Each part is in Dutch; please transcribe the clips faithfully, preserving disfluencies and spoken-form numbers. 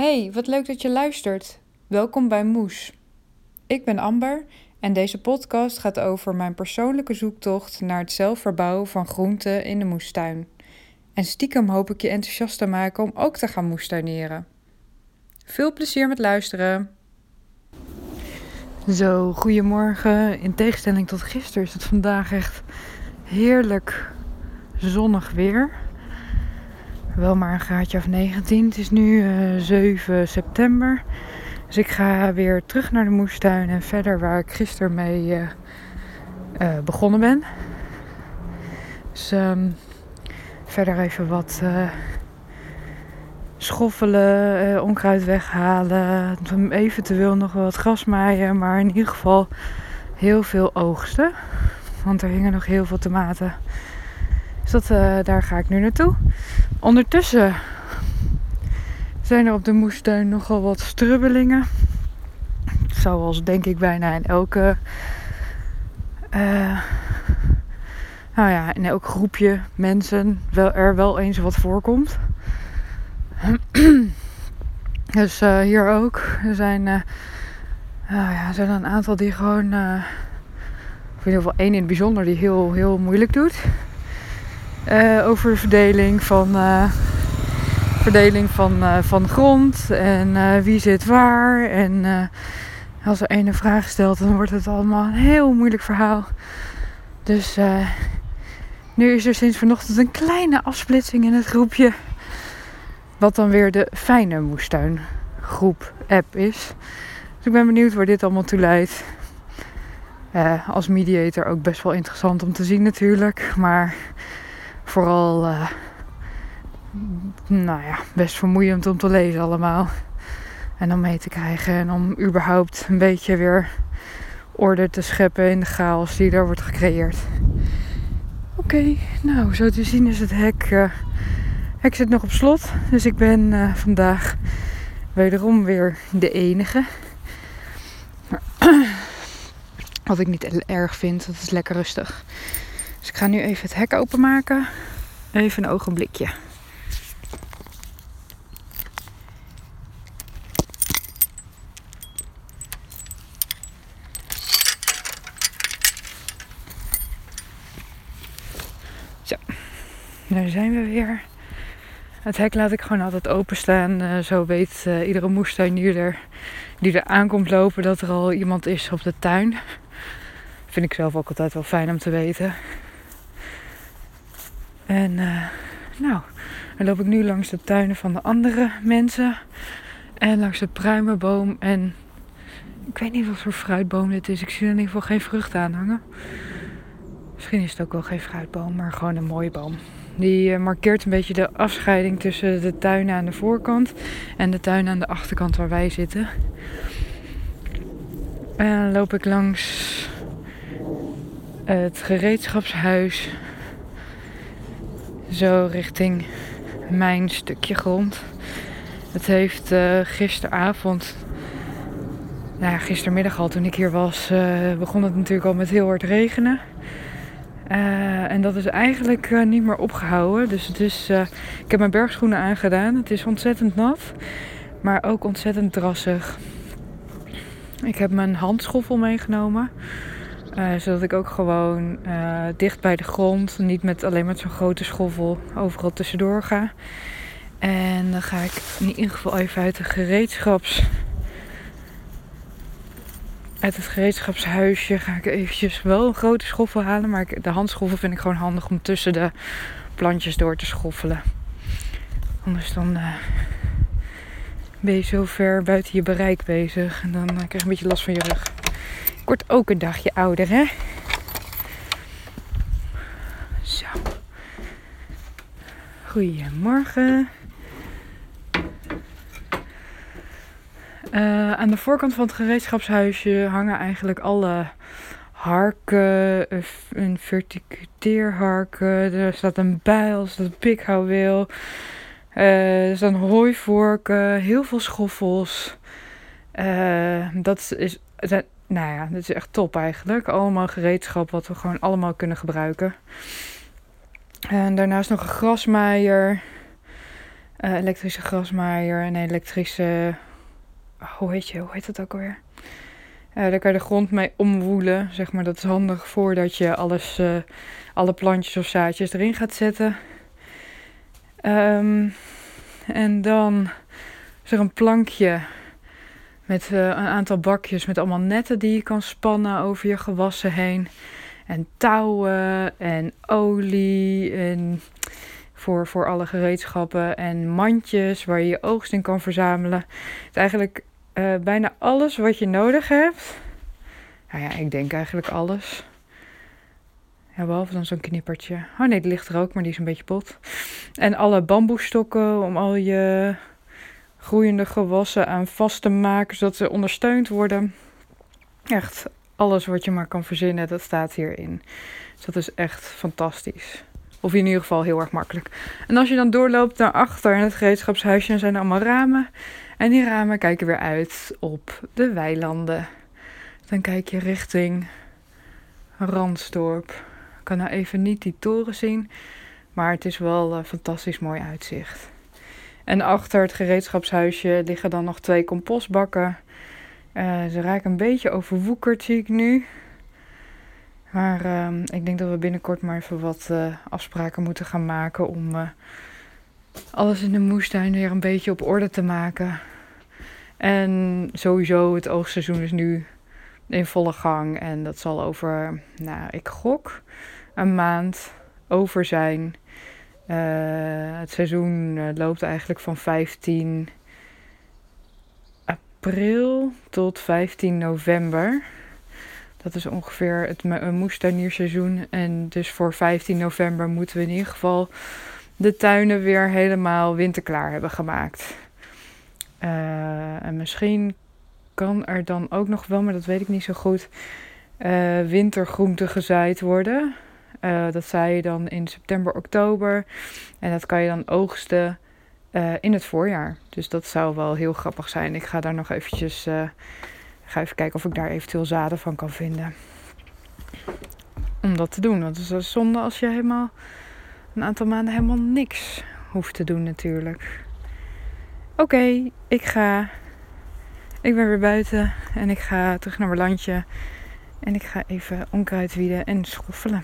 Hey, wat leuk dat je luistert. Welkom bij Moes. Ik ben Amber en deze podcast gaat over mijn persoonlijke zoektocht naar het zelf verbouwen van groenten in de moestuin. En stiekem hoop ik je enthousiast te maken om ook te gaan moestuineren. Veel plezier met luisteren. Zo, goedemorgen. In tegenstelling tot gisteren is het vandaag echt heerlijk zonnig weer. Wel maar een graadje of negentien. Het is nu uh, zeven september. Dus ik ga weer terug naar de moestuin en verder waar ik gisteren mee uh, uh, begonnen ben. Dus um, verder even wat uh, schoffelen, uh, onkruid weghalen. Eventueel nog wat gras maaien, maar in ieder geval heel veel oogsten. Want er hingen nog heel veel tomaten. Dus dat, uh, daar ga ik nu naartoe. Ondertussen zijn er op de moestuin nogal wat strubbelingen. Zoals denk ik bijna in elke... Uh, nou ja, in elk groepje mensen wel, er wel eens wat voorkomt. Dus uh, hier ook. Er zijn, uh, nou ja, er zijn een aantal die gewoon... Uh, of in ieder geval één in het bijzonder die heel, heel moeilijk doet. Uh, over de verdeling van, uh, verdeling van, uh, van grond en uh, wie zit waar. En uh, als er één een vraag stelt, dan wordt het allemaal een heel moeilijk verhaal. Dus uh, nu is er sinds vanochtend een kleine afsplitsing in het groepje. Wat dan weer de fijne moestuingroep app is. Dus ik ben benieuwd waar dit allemaal toe leidt. Uh, als mediator ook best wel interessant om te zien natuurlijk. Maar... Vooral, uh, nou ja, best vermoeiend om te lezen allemaal. En om mee te krijgen. En om überhaupt een beetje weer orde te scheppen in de chaos die daar wordt gecreëerd. Oké, okay, nou, zo te zien is het hek, uh, hek zit nog op slot. Dus ik ben uh, vandaag wederom weer de enige. Maar, wat ik niet erg vind, dat is lekker rustig. Dus ik ga nu even het hek openmaken. Even een ogenblikje. Zo, daar zijn we weer. Het hek laat ik gewoon altijd openstaan. Uh, zo weet uh, iedere moestuinier die er aankomt lopen dat er al iemand is op de tuin. Vind ik zelf ook altijd wel fijn om te weten. En uh, nou, dan loop ik nu langs de tuinen van de andere mensen. En langs de pruimenboom. En ik weet niet wat voor fruitboom dit is. Ik zie er in ieder geval geen vrucht aan hangen. Misschien is het ook wel geen fruitboom, maar gewoon een mooie boom. Die uh, markeert een beetje de afscheiding tussen de tuinen aan de voorkant en de tuin aan de achterkant waar wij zitten. En dan loop ik langs het gereedschapshuis. Zo richting mijn stukje grond. Het heeft uh, gisteravond, nou ja, gistermiddag al toen ik hier was, uh, begon het natuurlijk al met heel hard regenen. Uh, en dat is eigenlijk uh, niet meer opgehouden. Dus het is, uh, ik heb mijn bergschoenen aangedaan. Het is ontzettend nat, maar ook ontzettend drassig. Ik heb mijn handschoffel meegenomen. Uh, zodat ik ook gewoon uh, dicht bij de grond, niet met alleen met zo'n grote schoffel, overal tussendoor ga. En dan ga ik in ieder geval even uit de gereedschaps... Uit het gereedschapshuisje ga ik eventjes wel een grote schoffel halen. Maar ik, de handschoffel vind ik gewoon handig om tussen de plantjes door te schoffelen. Anders dan uh, ben je zo ver buiten je bereik bezig. En dan uh, krijg je een beetje last van je rug. Ik word ook een dagje ouder, hè? Zo. Goedemorgen. Uh, aan de voorkant van het gereedschapshuisje hangen eigenlijk alle harken, een verticuteerharken, er staat een bijl, er staat een pikhouweel, uh, er staan hooivorken, heel veel schoffels. Uh, dat is, nou ja, dat is echt top eigenlijk. Allemaal gereedschap wat we gewoon allemaal kunnen gebruiken. En daarnaast nog een grasmaaier. uh, elektrische grasmaaier en een elektrische... Hoe heet je? Hoe heet dat ook alweer? Uh, daar kan je de grond mee omwoelen. Zeg maar, dat is handig voordat je alles, uh, alle plantjes of zaadjes erin gaat zetten. Um, en dan is er een plankje met uh, een aantal bakjes met allemaal netten die je kan spannen over je gewassen heen. En touwen en olie en voor, voor alle gereedschappen en mandjes waar je je oogst in kan verzamelen. Het is eigenlijk uh, bijna alles wat je nodig hebt. Nou ja, ik denk eigenlijk alles. Ja, behalve dan zo'n knippertje. Oh nee, die ligt er ook, maar die is een beetje pot. En alle bamboestokken om al je groeiende gewassen aan vast te maken, zodat ze ondersteund worden. Echt alles wat je maar kan verzinnen, dat staat hierin. Dus dat is echt fantastisch. Of in ieder geval heel erg makkelijk. En als je dan doorloopt naar achter in het gereedschapshuisje, dan zijn er allemaal ramen. En die ramen kijken weer uit op de weilanden. Dan kijk je richting Ransdorp. Ik kan nou even niet die toren zien, maar het is wel een fantastisch mooi uitzicht. En achter het gereedschapshuisje liggen dan nog twee compostbakken. Uh, ze raken een beetje overwoekerd, zie ik nu. Maar uh, ik denk dat we binnenkort maar even wat uh, afspraken moeten gaan maken om uh, alles in de moestuin weer een beetje op orde te maken. En sowieso, het oogstseizoen is nu in volle gang. En dat zal over, nou, ik gok, een maand over zijn. Uh, het seizoen uh, loopt eigenlijk van vijftien april tot vijftien november. Dat is ongeveer het mo- moestuinierseizoen. En dus voor vijftien november moeten we in ieder geval de tuinen weer helemaal winterklaar hebben gemaakt. Uh, en misschien kan er dan ook nog wel, maar dat weet ik niet zo goed, uh, wintergroenten gezaaid worden. Uh, dat zaai je dan in september, oktober. En dat kan je dan oogsten uh, in het voorjaar. Dus dat zou wel heel grappig zijn. Ik ga daar nog eventjes... Uh, ga even kijken of ik daar eventueel zaden van kan vinden. Om dat te doen. Want het is zonde als je helemaal een aantal maanden helemaal niks hoeft te doen natuurlijk. Oké, okay, ik ga... Ik ben weer buiten en ik ga terug naar mijn landje. En ik ga even onkruid wieden en schoffelen.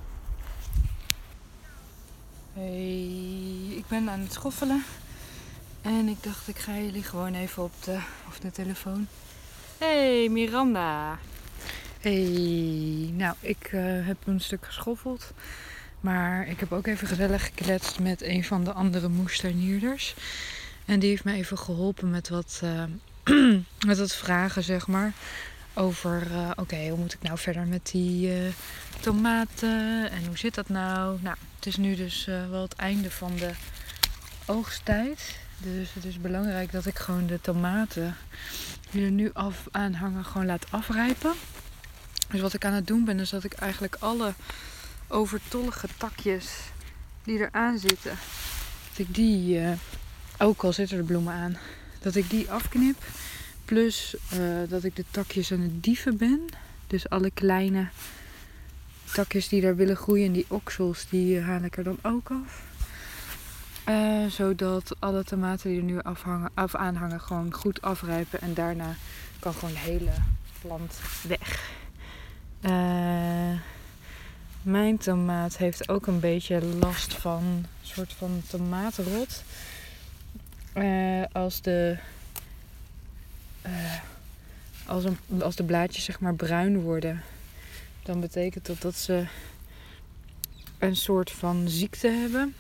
Hey, ik ben aan het schoffelen. En ik dacht, ik ga jullie gewoon even op de, op de telefoon. Hey Miranda. Hey, nou ik uh, heb een stuk geschoffeld. Maar ik heb ook even gezellig gekletst met een van de andere moestuinierders. En die heeft me even geholpen met wat, uh, met wat vragen, zeg maar. Over, uh, oké, okay, hoe moet ik nou verder met die uh, tomaten? En hoe zit dat nou? Nou, het is nu dus uh, wel het einde van de oogsttijd. Dus het is belangrijk dat ik gewoon de tomaten die er nu af aan hangen gewoon laat afrijpen. Dus wat ik aan het doen ben, is dat ik eigenlijk alle overtollige takjes die eraan zitten, dat ik die, uh, ook al zitten er bloemen aan, dat ik die afknip. Plus uh, dat ik de takjes aan het dieven ben. Dus alle kleine takjes die daar willen groeien, die oksels, die haal ik er dan ook af. Uh, zodat alle tomaten die er nu afhangen, af aanhangen gewoon goed afrijpen. En daarna kan gewoon de hele plant weg. Uh, mijn tomaat heeft ook een beetje last van een soort van tomaatrot. Uh, als de... Uh, als, een, als de blaadjes zeg maar bruin worden, dan betekent dat dat ze een soort van ziekte hebben.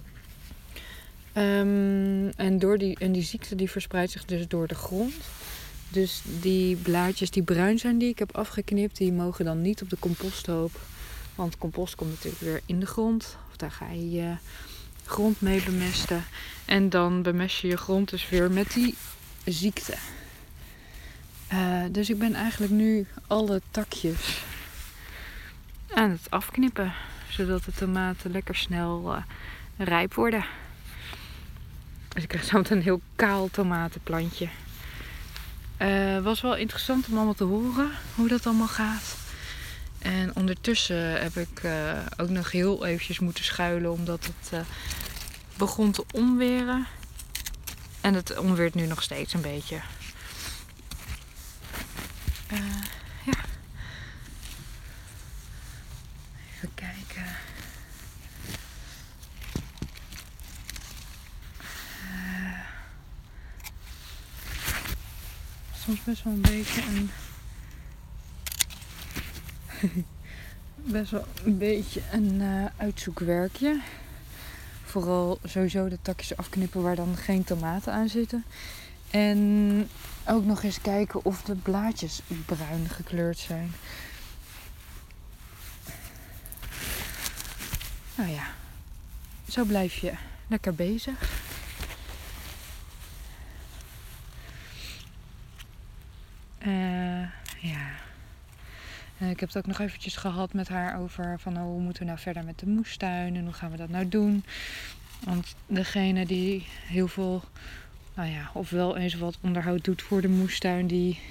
Um, en, door die, en die ziekte die verspreidt zich dus door de grond. Dus die blaadjes die bruin zijn die ik heb afgeknipt, die mogen dan niet op de composthoop. Want compost komt natuurlijk weer in de grond. Of daar ga je je grond mee bemesten. En dan bemest je je grond dus weer met die ziekte. Uh, dus ik ben eigenlijk nu alle takjes aan het afknippen. Zodat de tomaten lekker snel uh, rijp worden. Dus ik krijg zo meteen een heel kaal tomatenplantje. Het uh, was wel interessant om allemaal te horen hoe dat allemaal gaat. En ondertussen heb ik uh, ook nog heel eventjes moeten schuilen. Omdat het uh, begon te onweren. En het onweert nu nog steeds een beetje. Uh, ja. Even kijken. Uh, soms best wel een beetje een... best wel een beetje een uh, uitzoekwerkje. Vooral sowieso de takjes afknippen waar dan geen tomaten aan zitten. En ook nog eens kijken of de blaadjes bruin gekleurd zijn. Nou ja, zo blijf je lekker bezig. Uh, ja. Uh, ik heb het ook nog eventjes gehad met haar over van oh, hoe moeten we nou verder met de moestuin en hoe gaan we dat nou doen. Want degene die heel veel, nou ja, of wel eens wat onderhoud doet voor de moestuin, die,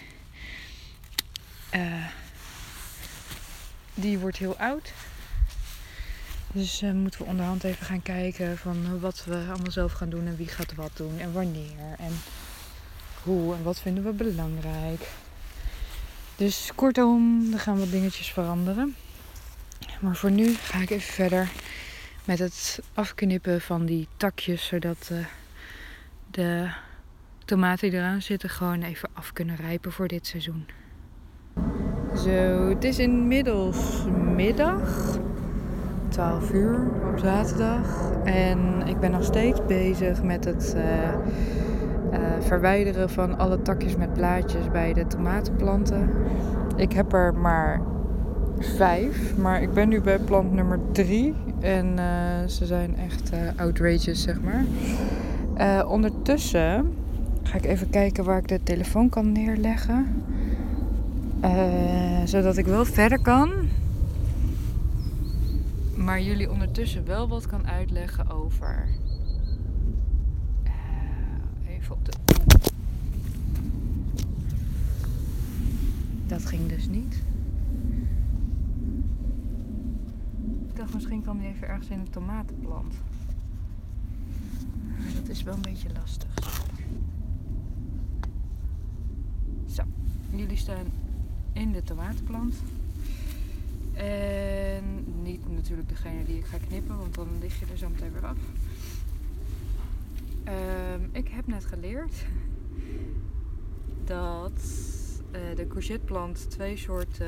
uh, die wordt heel oud. Dus uh, moeten we onderhand even gaan kijken van wat we allemaal zelf gaan doen en wie gaat wat doen en wanneer en hoe en wat vinden we belangrijk. Dus kortom, er gaan wat dingetjes veranderen. Maar voor nu ga ik even verder met het afknippen van die takjes, zodat uh, de tomaten die eraan zitten gewoon even af kunnen rijpen voor dit seizoen. Zo, het is inmiddels middag, twaalf uur op zaterdag. En ik ben nog steeds bezig met het uh, uh, verwijderen van alle takjes met blaadjes bij de tomatenplanten. Ik heb er maar vijf, maar ik ben nu bij plant nummer drie. En uh, ze zijn echt uh, outrageous, zeg maar. Uh, ondertussen ga ik even kijken waar ik de telefoon kan neerleggen. Uh, zodat ik wel verder kan. Maar jullie ondertussen wel wat kan uitleggen over... Uh, even op de... Dat ging dus niet. Ik dacht misschien kwam die even ergens in een tomatenplant. Maar dat is wel een beetje lastig. Zo, jullie staan in de tomatenplant. En niet natuurlijk degene die ik ga knippen, want dan lig je er zo meteen weer af. Um, ik heb net geleerd dat uh, de courgetteplant twee soorten,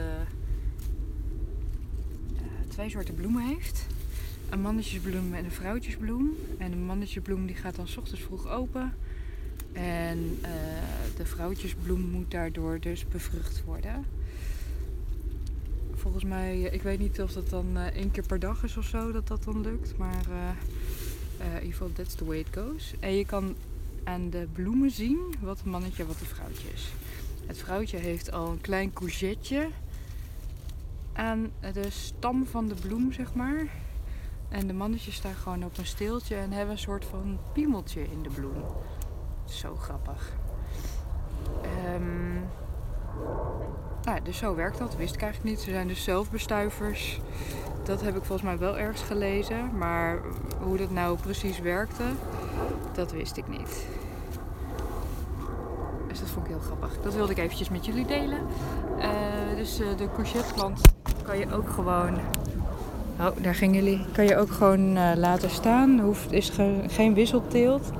uh, twee soorten bloemen heeft. Een mannetjesbloem en een vrouwtjesbloem. En een mannetjesbloem die gaat dan 's ochtends vroeg open. En uh, de vrouwtjesbloem moet daardoor dus bevrucht worden. Volgens mij, ik weet niet of dat dan uh, één keer per dag is of zo dat dat dan lukt. Maar uh, uh, in ieder geval, that's the way it goes. En je kan aan de bloemen zien wat een mannetje en wat een vrouwtje is. Het vrouwtje heeft al een klein courgette aan de stam van de bloem, zeg maar. En de mannetjes staan gewoon op een steeltje en hebben een soort van piemeltje in de bloem. Zo grappig. Um, nou, dus zo werkt dat. Wist ik eigenlijk niet. Ze zijn dus zelfbestuivers. Dat heb ik volgens mij wel ergens gelezen. Maar hoe dat nou precies werkte, dat wist ik niet. Dus dat vond ik heel grappig. Dat wilde ik eventjes met jullie delen. Uh, dus uh, de courgetteplant kan je ook gewoon... Oh, daar gingen jullie. Kan je ook gewoon uh, laten staan. Hoeft, is ge, geen wisselteelt.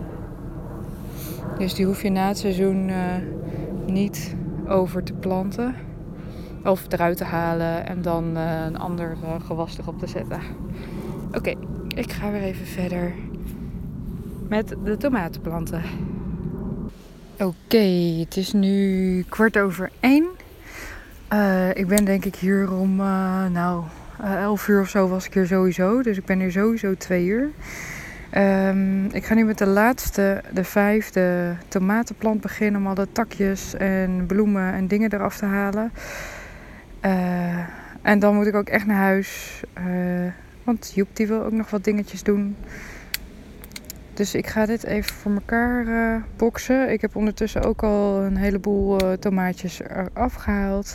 Dus die hoef je na het seizoen uh, niet over te planten. Of eruit te halen en dan uh, een ander uh, gewas erop te zetten. Oké, okay, ik ga weer even verder met de tomatenplanten. Oké, okay, het is nu kwart over één. Uh, ik ben denk ik hier om, uh, nou, uh, elf uur of zo was ik hier sowieso. Dus ik ben hier sowieso twee uur. Um, ik ga nu met de laatste, de vijfde tomatenplant beginnen om al de takjes en bloemen en dingen eraf te halen. Uh, en dan moet ik ook echt naar huis, uh, want Joep die wil ook nog wat dingetjes doen. Dus ik ga dit even voor elkaar uh, boksen. Ik heb ondertussen ook al een heleboel uh, tomaatjes eraf gehaald.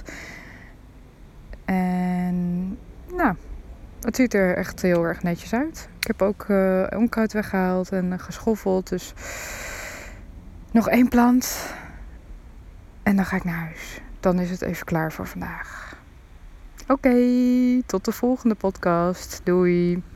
En nou, het ziet er echt heel erg netjes uit. Ik heb ook uh, onkruid weggehaald en uh, geschoffeld. Dus Nog één plant. En dan ga ik naar huis. Dan is het even klaar voor vandaag. Oké, tot de volgende podcast. Doei.